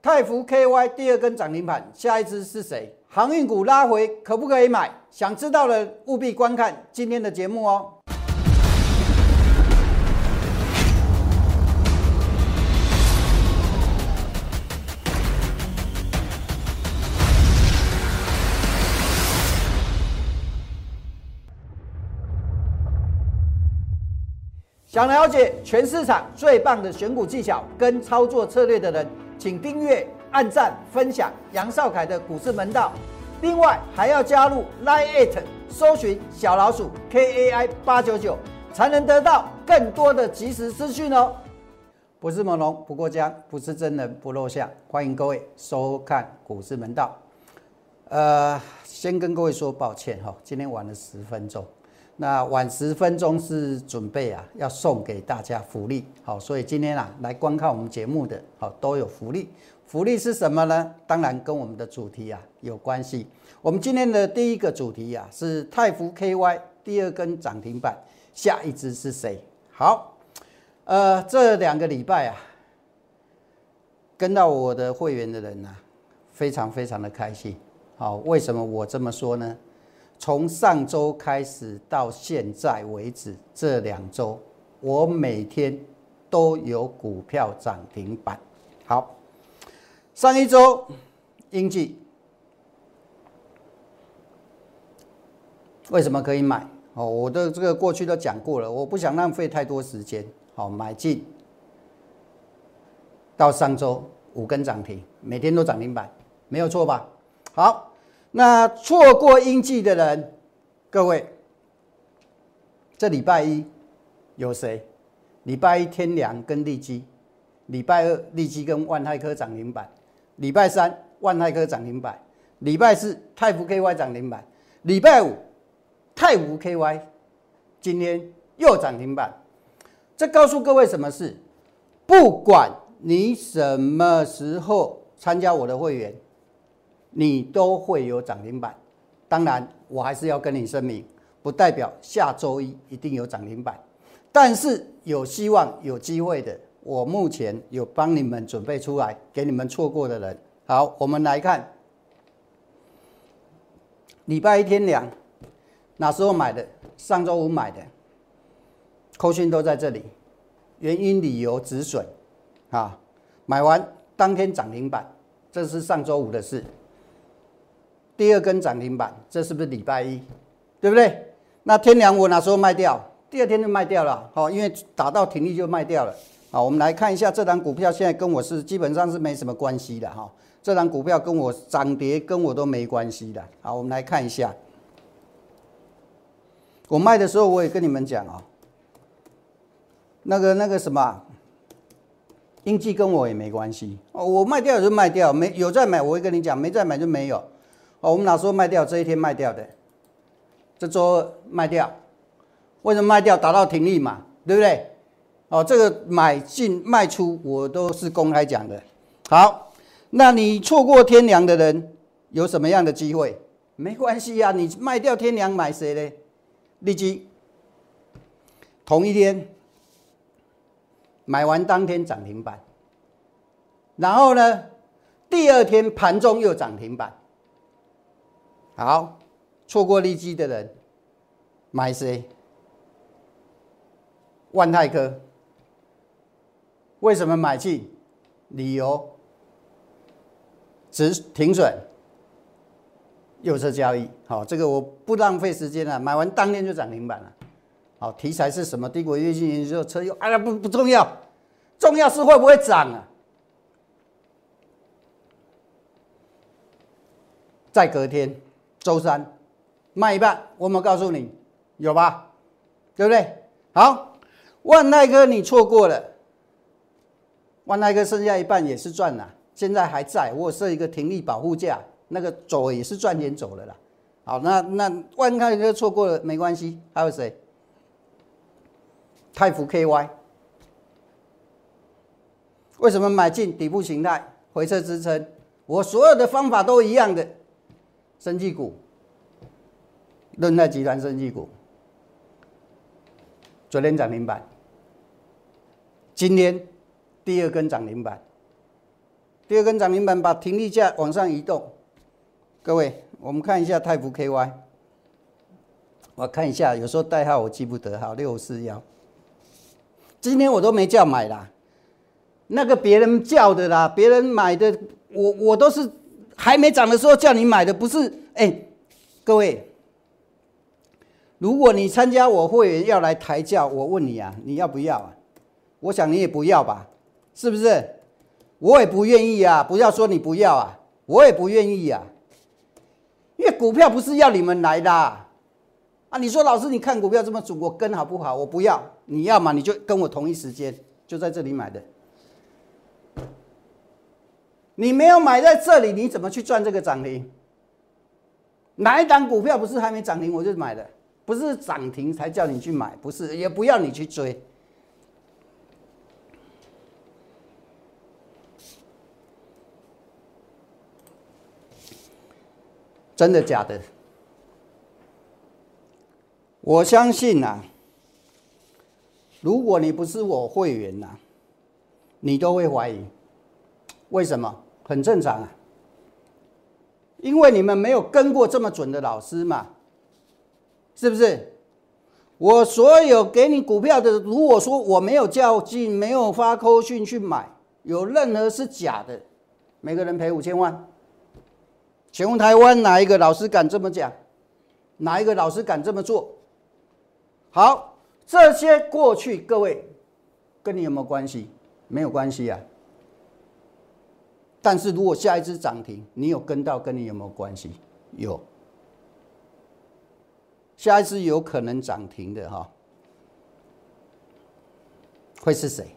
泰福 KY 第二根涨停板，下一支是谁？航运股拉回可不可以买？想知道的务必观看今天的节目哦。想了解全市场最棒的选股技巧跟操作策略的人，请订阅、按赞、分享杨少凯的股市门道。另外还要加入 Line@ 搜寻小老鼠 KAI899，才能得到更多的即时资讯哦。不是猛龙不过江，不是真人不露相，欢迎各位收看股市门道。先跟各位说抱歉哈，今天晚了10分钟。那晚10分钟是准备要送给大家福利，好，所以今天来观看我们节目的都有福利。福利是什么呢？当然跟我们的主题有关系。我们今天的第一个主题是泰福 KY 第二根涨停板，下一支是谁？好，这2个礼拜跟到我的会员的人非常非常的开心。好，为什么我这么说呢？从上周开始到现在为止，这2周我每天都有股票涨停板。好，上一周英记为什么可以买？我的这个过去都讲过了，我不想浪费太多时间。好，买进到上周5根涨停，每天都涨停板，没有错吧？好。那错过英记的人，各位，这礼拜一有谁？礼拜一天良跟利基，礼拜二利基跟万泰科涨停板，礼拜三万泰科涨停板，礼拜四泰福 KY 涨停板，礼拜五泰福 KY 今天又涨停板。这告诉各位什么事？不管你什么时候参加我的会员，你都会有涨停板。当然我还是要跟你声明，不代表下周一一定有涨停板，但是有希望有机会的，我目前有帮你们准备出来给你们错过的人。好，我们来看礼拜一天良哪时候买的？上周五买的，扣讯都在这里，原因理由止损买完当天涨停板，这是上周五的事。第二根涨停板，这是不是礼拜一？对不对？那天良我哪时候卖掉？第二天就卖掉了，因为打到停利就卖掉了。好，我们来看一下这档股票，现在跟我是基本上是没什么关系的这档股票跟我涨跌跟我都没关系的。好，我们来看一下，我卖的时候我也跟你们讲那个什么，英记跟我也没关系我卖掉就卖掉，没有再买我会跟你讲，没再买就没有。我们哪时候卖掉？这一天卖掉的，这周二卖掉。为什么卖掉？打到停利嘛，对不对？这个买进卖出我都是公开讲的。好，那你错过天良的人有什么样的机会？没关系你卖掉天良买谁呢？利基，同一天买完当天涨停板，然后呢，第二天盘中又涨停板。好，错过利基的人买谁？万泰科。为什么买进？理由停损，右侧交易。好，这个我不浪费时间了，买完当天就涨停板了。好，题材是什么？低轨卫星研究车用，不重要，重要是会不会涨再隔天周三卖一半，我有没有告诉你？有吧？对不对？好，万泰科你错过了，万泰科剩下一半也是赚了，现在还在，我有设一个停利保护价，那个走也是赚钱走了啦。好，那万泰科错过了没关系，还有谁？泰福 KY， 为什么买进底部形态回撤支撑？我所有的方法都一样的。生技股，润泰集团生技股，昨天涨停板，今天第二根涨停板， 第二根涨停板把停利价往上移动。各位，我们看一下泰福 KY， 我看一下，有时候代号我记不得，好，6541，今天我都没叫买啦，那个别人叫的啦，别人买的，我都是还没涨的时候叫你买的，不是？各位。如果你参加我会员要来抬轿，我问你啊，你要不要啊？我想你也不要吧，是不是？我也不愿意啊，不要说你不要啊，我也不愿意啊，因为股票不是要你们来的啊。你说老师你看股票这么准，我跟好不好？我不要，你要嘛你就跟我同一时间，就在这里买的。你没有买在这里，你怎么去赚这个涨停？哪一档股票不是还没涨停我就买的？不是涨停才叫你去买，不是，也不要你去追。真的假的？我相信啊，如果你不是我会员啊，你都会怀疑。为什么？很正常啊，因为你们没有跟过这么准的老师嘛。是不是？我所有给你股票的，如果说我没有较劲，没有发扣讯去买，有任何是假的，每个人赔5000万。请问台湾哪一个老师敢这么讲？哪一个老师敢这么做？好，这些过去各位跟你有没有关系？没有关系啊。但是如果下一支涨停，你有跟到，跟你有没有关系？有。下一次有可能涨停的哈，会是谁？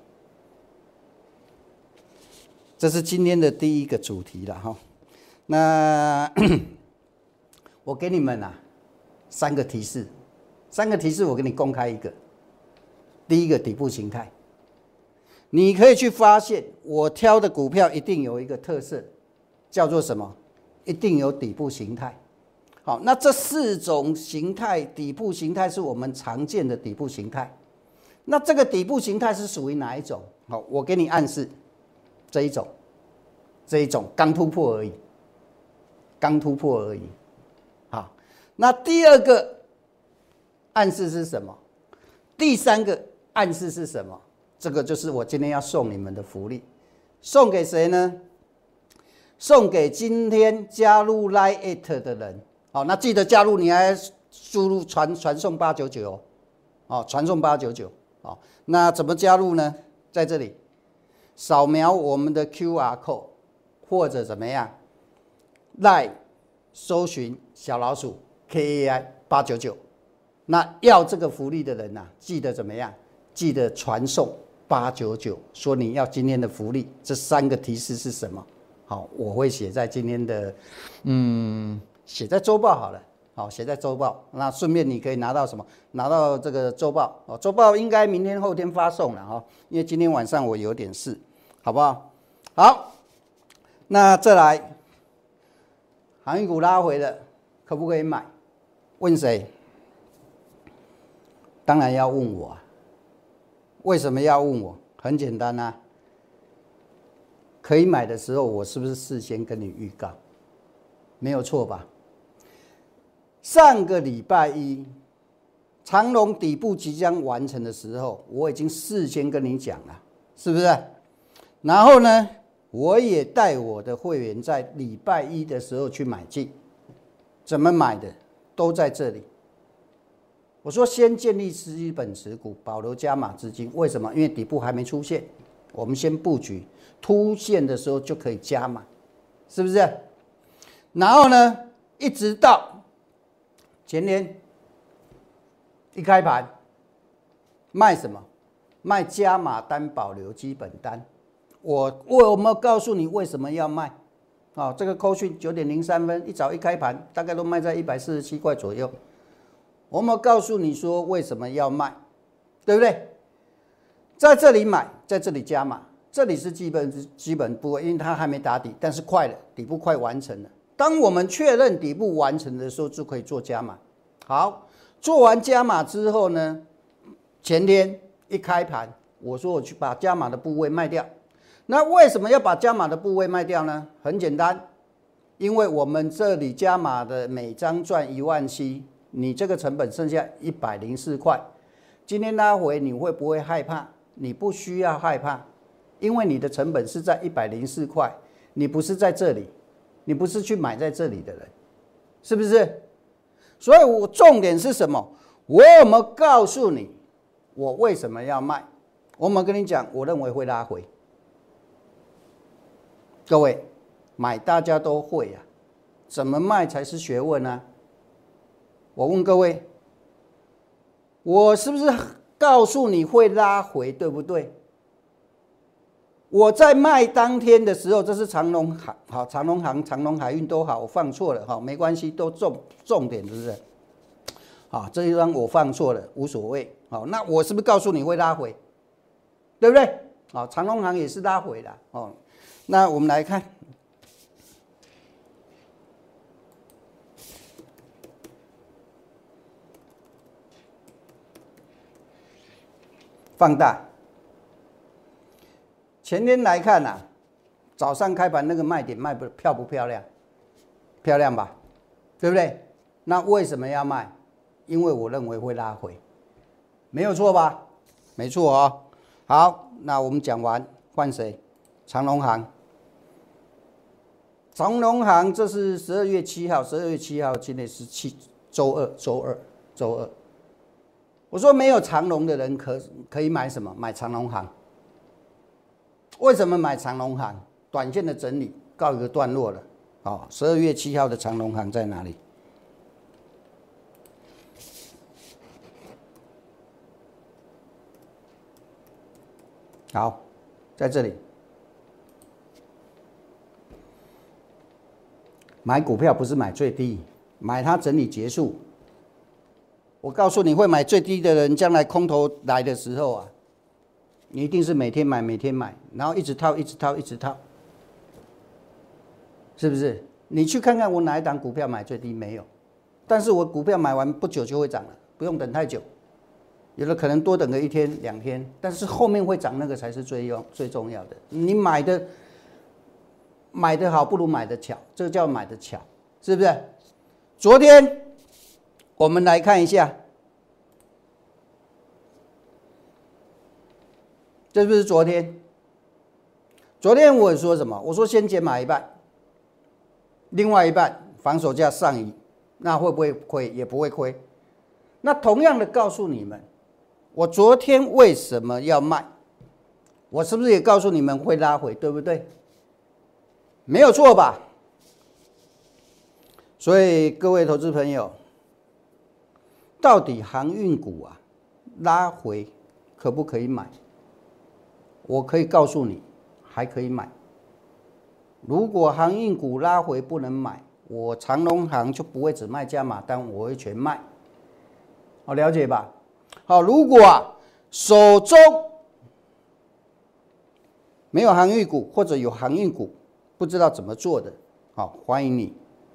这是今天的第一个主题了哈。那我给你们3个提示，3个提示我给你公开一个。第一个底部形态，你可以去发现我挑的股票一定有一个特色，叫做什么？一定有底部形态。好，那这4种形态，底部形态是我们常见的底部形态。那这个底部形态是属于哪一种？好，我给你暗示，这一种刚突破而已，刚突破而已。好，那第二个暗示是什么？第3个暗示是什么？这个就是我今天要送你们的福利，送给谁呢？送给今天加入 LINE@ 的人。好，那记得加入，你还输入传送899哦，传送899哦。那怎么加入呢？在这里扫描我们的 QR code， 或者怎么样？LINE 搜寻小老鼠 KAI 899。那要这个福利的人记得怎么样？记得传送899，说你要今天的福利。这3个提示是什么？好，我会写在今天的写在周报好了，好，写在周报。那顺便你可以拿到什么？拿到这个周报哦，周报应该明天后天发送了哈，因为今天晚上我有点事，好不好？好，那再来，航运股拉回了，可不可以买？问谁？当然要问我啊。为什么要问我？很简单啊，可以买的时候，我是不是事先跟你预告？没有错吧？上个礼拜一，长荣底部即将完成的时候，我已经事先跟你讲了，是不是？然后呢，我也带我的会员在礼拜一的时候去买进，怎么买的？都在这里。我说先建立基本持股，保留加码资金。为什么？因为底部还没出现，我们先布局，出现的时候就可以加码，是不是？然后呢，一直到前天一开盘，卖什么？卖加码单，保留基本单。我有没有告诉你为什么要卖？这个扣讯9:03分，一早一开盘，大概都卖在147块左右。我有没有告诉你说为什么要卖？对不对？在这里买，在这里加码，这里是基本部位，因为它还没打底，但是快了，底部快完成了。当我们确认底部完成的时候，就可以做加码。好，做完加码之后呢，前天一开盘，我说我去把加码的部位卖掉， 那为什么要把加码的部位卖掉呢？很简单，因为我们这里加码的每张赚17000，你这个成本剩下104块。今天拉回你会不会害怕？你不需要害怕，因为你的成本是在104块，你不是在这里，你不是去买在这里的人，是不是？所以我重点是什么？我有没有告诉你我为什么要卖？我有没有跟你讲我认为会拉回？各位，买大家都会啊，怎么卖才是学问啊？我问各位，我是不是告诉你会拉回，对不对？我在卖当天的时候，这是长荣航，好，长荣航、长荣海运都好，我放错了，好，没关系，都重点，是不是？好，这一张我放错了，无所谓。好，那我是不是告诉你会拉回，对不对？好，长荣航也是拉回了，哦。那我们来看，放大。前天来看啊，早上开盘那个卖点卖不漂亮？漂亮吧，对不对？那为什么要卖？因为我认为会拉回，没有错吧？没错哦。好，那我们讲完，换谁？长荣航。长荣航这是12月7号，12月7号今天是周二。我说没有长荣的人可以买什么？买长荣航。为什么买长荣航？短线的整理告一个段落了。好，12月7号的长荣航在哪里？好，在这里。买股票不是买最低，买它整理结束。我告诉你会买最低的人，将来空头来的时候啊，你一定是每天买，然后一直套，是不是？你去看看我哪一档股票买最低没有？但是我股票买完不久就会涨了，不用等太久，有的可能多等个1天2天，但是后面会涨那个才是最重要的。你买的好不如买的巧，这个叫买的巧，是不是？昨天我们来看一下，这是不是昨天？昨天我说什么？我说先减码一半，另外一半防守价上移，那会不会亏？也不会亏。那同样的告诉你们，我昨天为什么要卖？我是不是也告诉你们会拉回，对不对？没有错吧？所以各位投资朋友，到底航运股啊拉回可不可以买？我可以告诉你，还可以买。如果航运股拉回不能买，我长荣航就不会只卖加码单，我会全卖。好，了解吧？好，如果手中没有航运股，或者有航运股不知道怎么做的，好，欢迎你。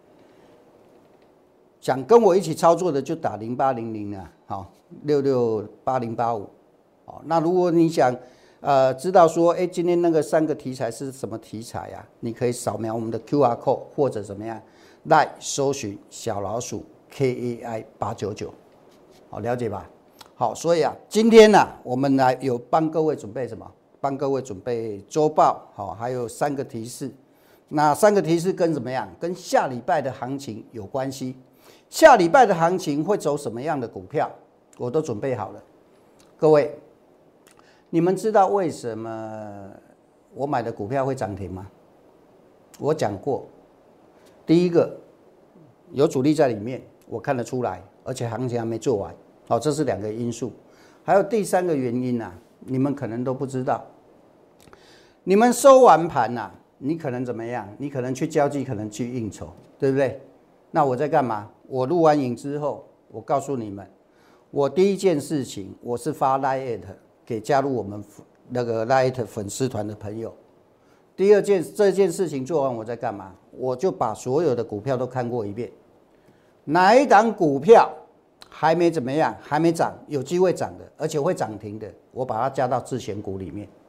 想跟我一起操作的就打0800啊，好，668085。好，那如果你想知道说，今天那个3个题材是什么题材啊？你可以扫描我们的 QR code 或者怎么样，来搜寻小老鼠 KAI899，好，了解吧？好，所以今天我们来有帮各位准备什么？帮各位准备周报，好，还有3个提示。那3个提示跟怎么样？跟下礼拜的行情有关系。下礼拜的行情会走什么样的股票，我都准备好了。各位，你们知道为什么我买的股票会涨停吗？我讲过，第一个有主力在里面，我看得出来，而且行情还没做完，好，这是2个因素。还有第3个原因你们可能都不知道。你们收完盘你可能怎么样？你可能去交际，可能去应酬，对不对？那我在干嘛？我录完影之后，我告诉你们，我第一件事情，我是发 LINE 给加入我们那个 LINE 粉丝团的朋友。第二件，这件事情做完，我在干嘛？我就把所有的股票都看过一遍，哪一档股票还没怎么样，还没涨，有机会涨的，而且会涨停的，我把它加到自选股里面。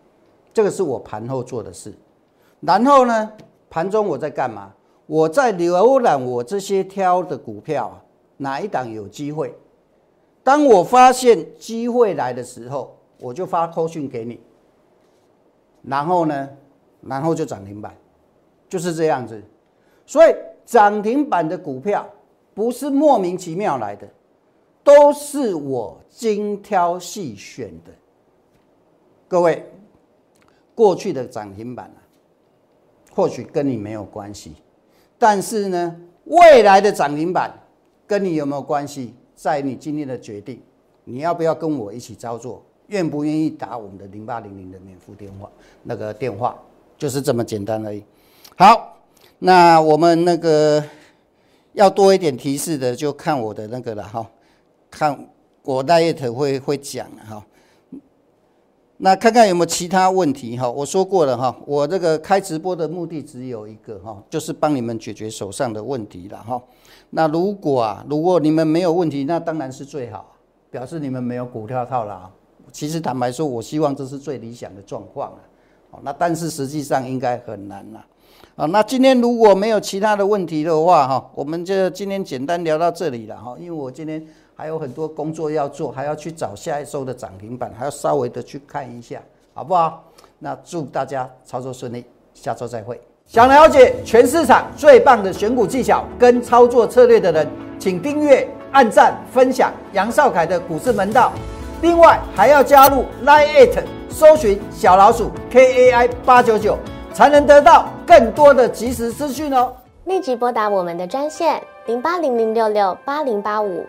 这个是我盘后做的事。然后呢，盘中我在干嘛？我在浏览我这些挑的股票啊，哪一档有机会？当我发现机会来的时候，我就发扣讯给你。然后呢，然后就涨停板，就是这样子。所以涨停板的股票不是莫名其妙来的，都是我精挑细选的。各位，过去的涨停板啊，或许跟你没有关系，但是呢，未来的涨停板跟你有没有关系，在你今天的决定，你要不要跟我一起操作？愿不愿意打我们的0800的免付电话？那个电话就是这么简单而已。好，那我们那个要多一点提示的，就看我的那个了哈，看我Diet会讲哈。那看看有没有其他问题哈？我说过了哈，我这个开直播的目的只有一个哈，就是帮你们解决手上的问题了哈。那如果你们没有问题，那当然是最好，表示你们没有股票套牢。其实坦白说，我希望这是最理想的状况那但是实际上应该很难那今天如果没有其他的问题的话我们就今天简单聊到这里了因为我今天还有很多工作要做，还要去找下一周的涨停板，还要稍微的去看一下，好不好？那祝大家操作顺利，下周再会。想了解全市场最棒的选股技巧跟操作策略的人，请订阅、按赞、分享杨少凯的股市门道。另外还要加入 Line@ 搜寻小老鼠 KAI899， 才能得到更多的即时资讯哦。 立即拨打我们的专线0800668085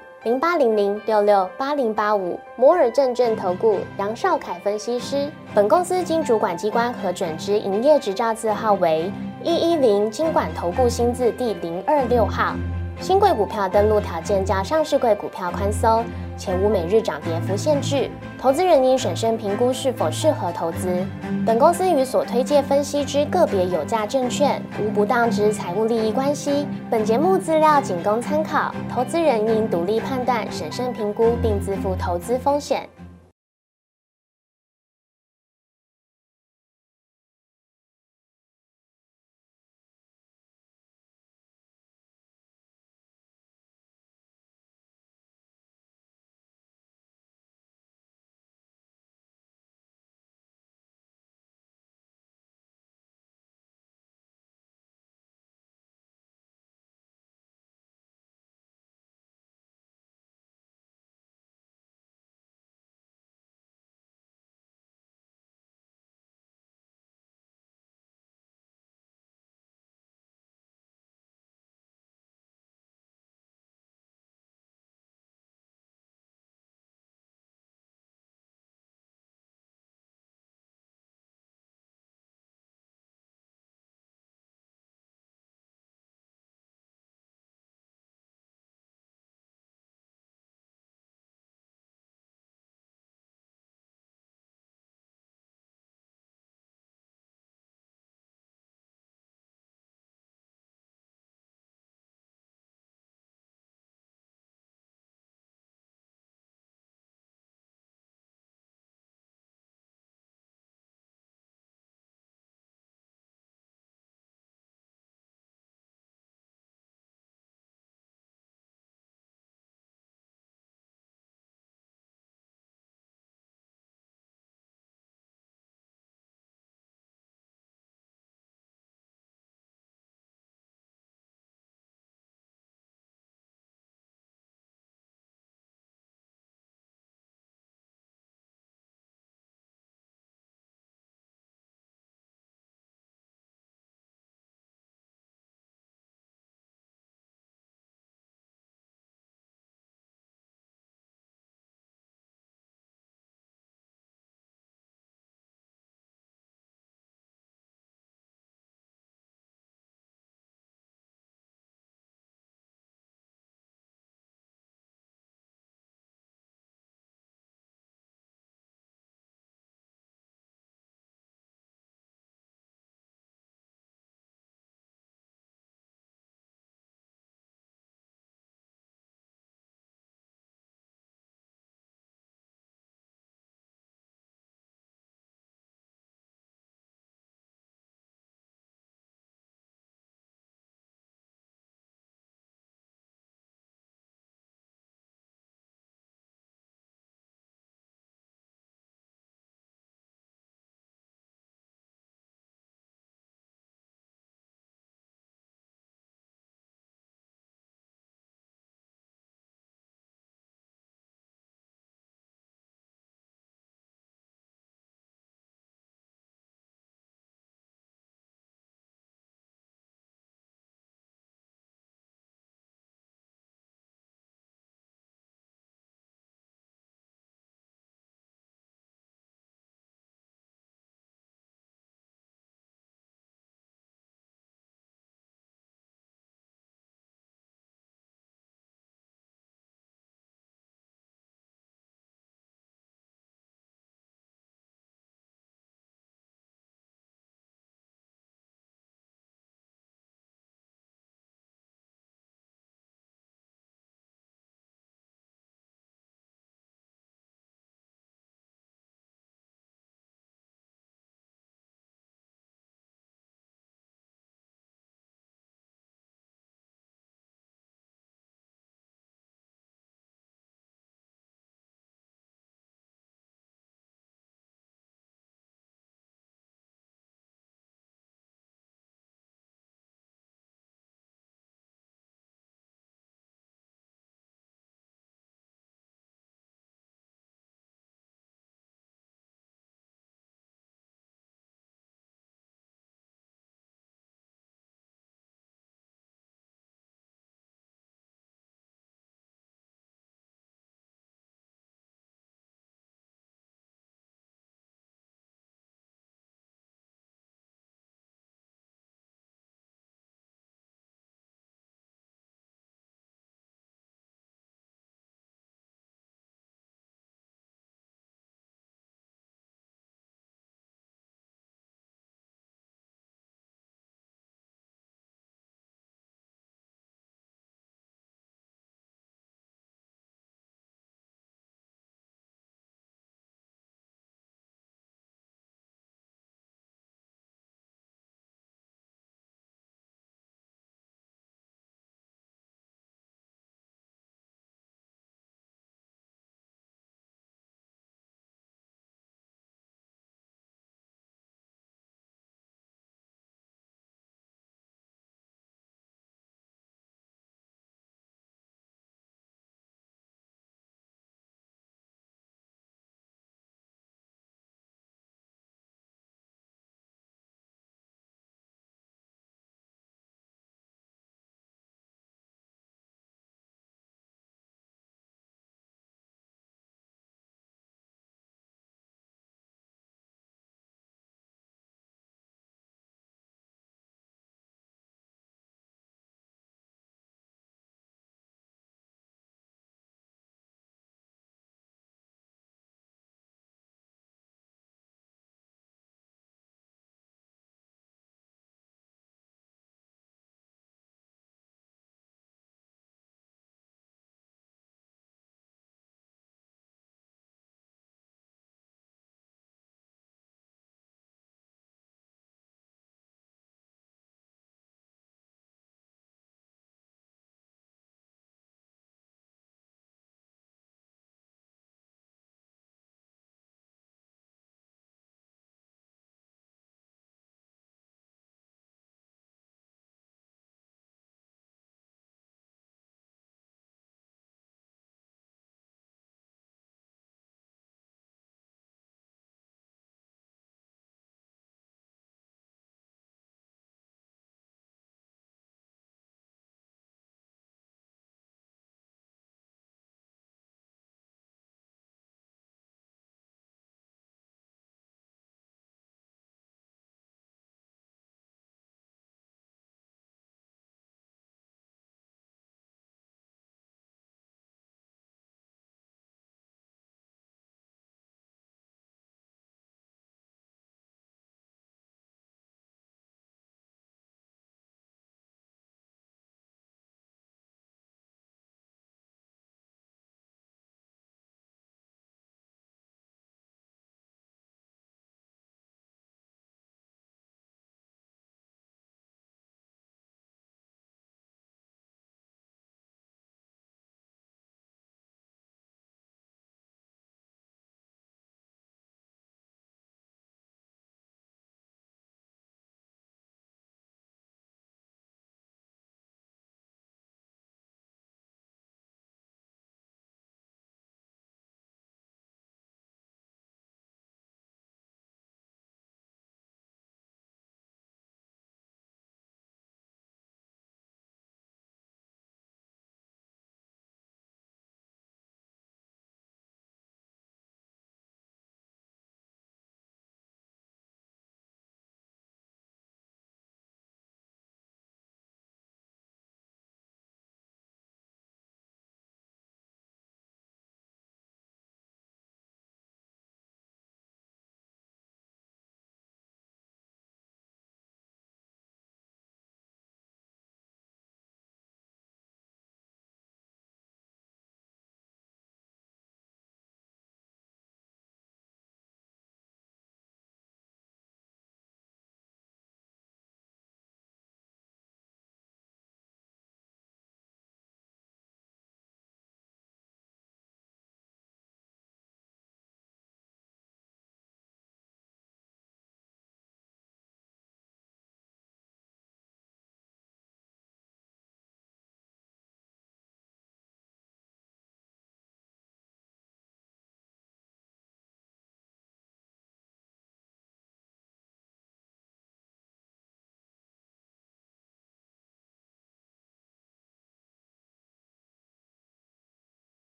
0800668085，摩尔证券投顾杨少凯分析师。本公司经主管机关核准之营业执照字号为110金管投顾新字第026号。新贵股票登录条件较上市贵股票宽松，且无每日涨跌幅限制。投资人应审慎评估是否适合投资。本公司与所推介分析之个别有价证券无不当之财务利益关系。本节目资料仅供参考，投资人应独立判断、审慎评估，并自负投资风险。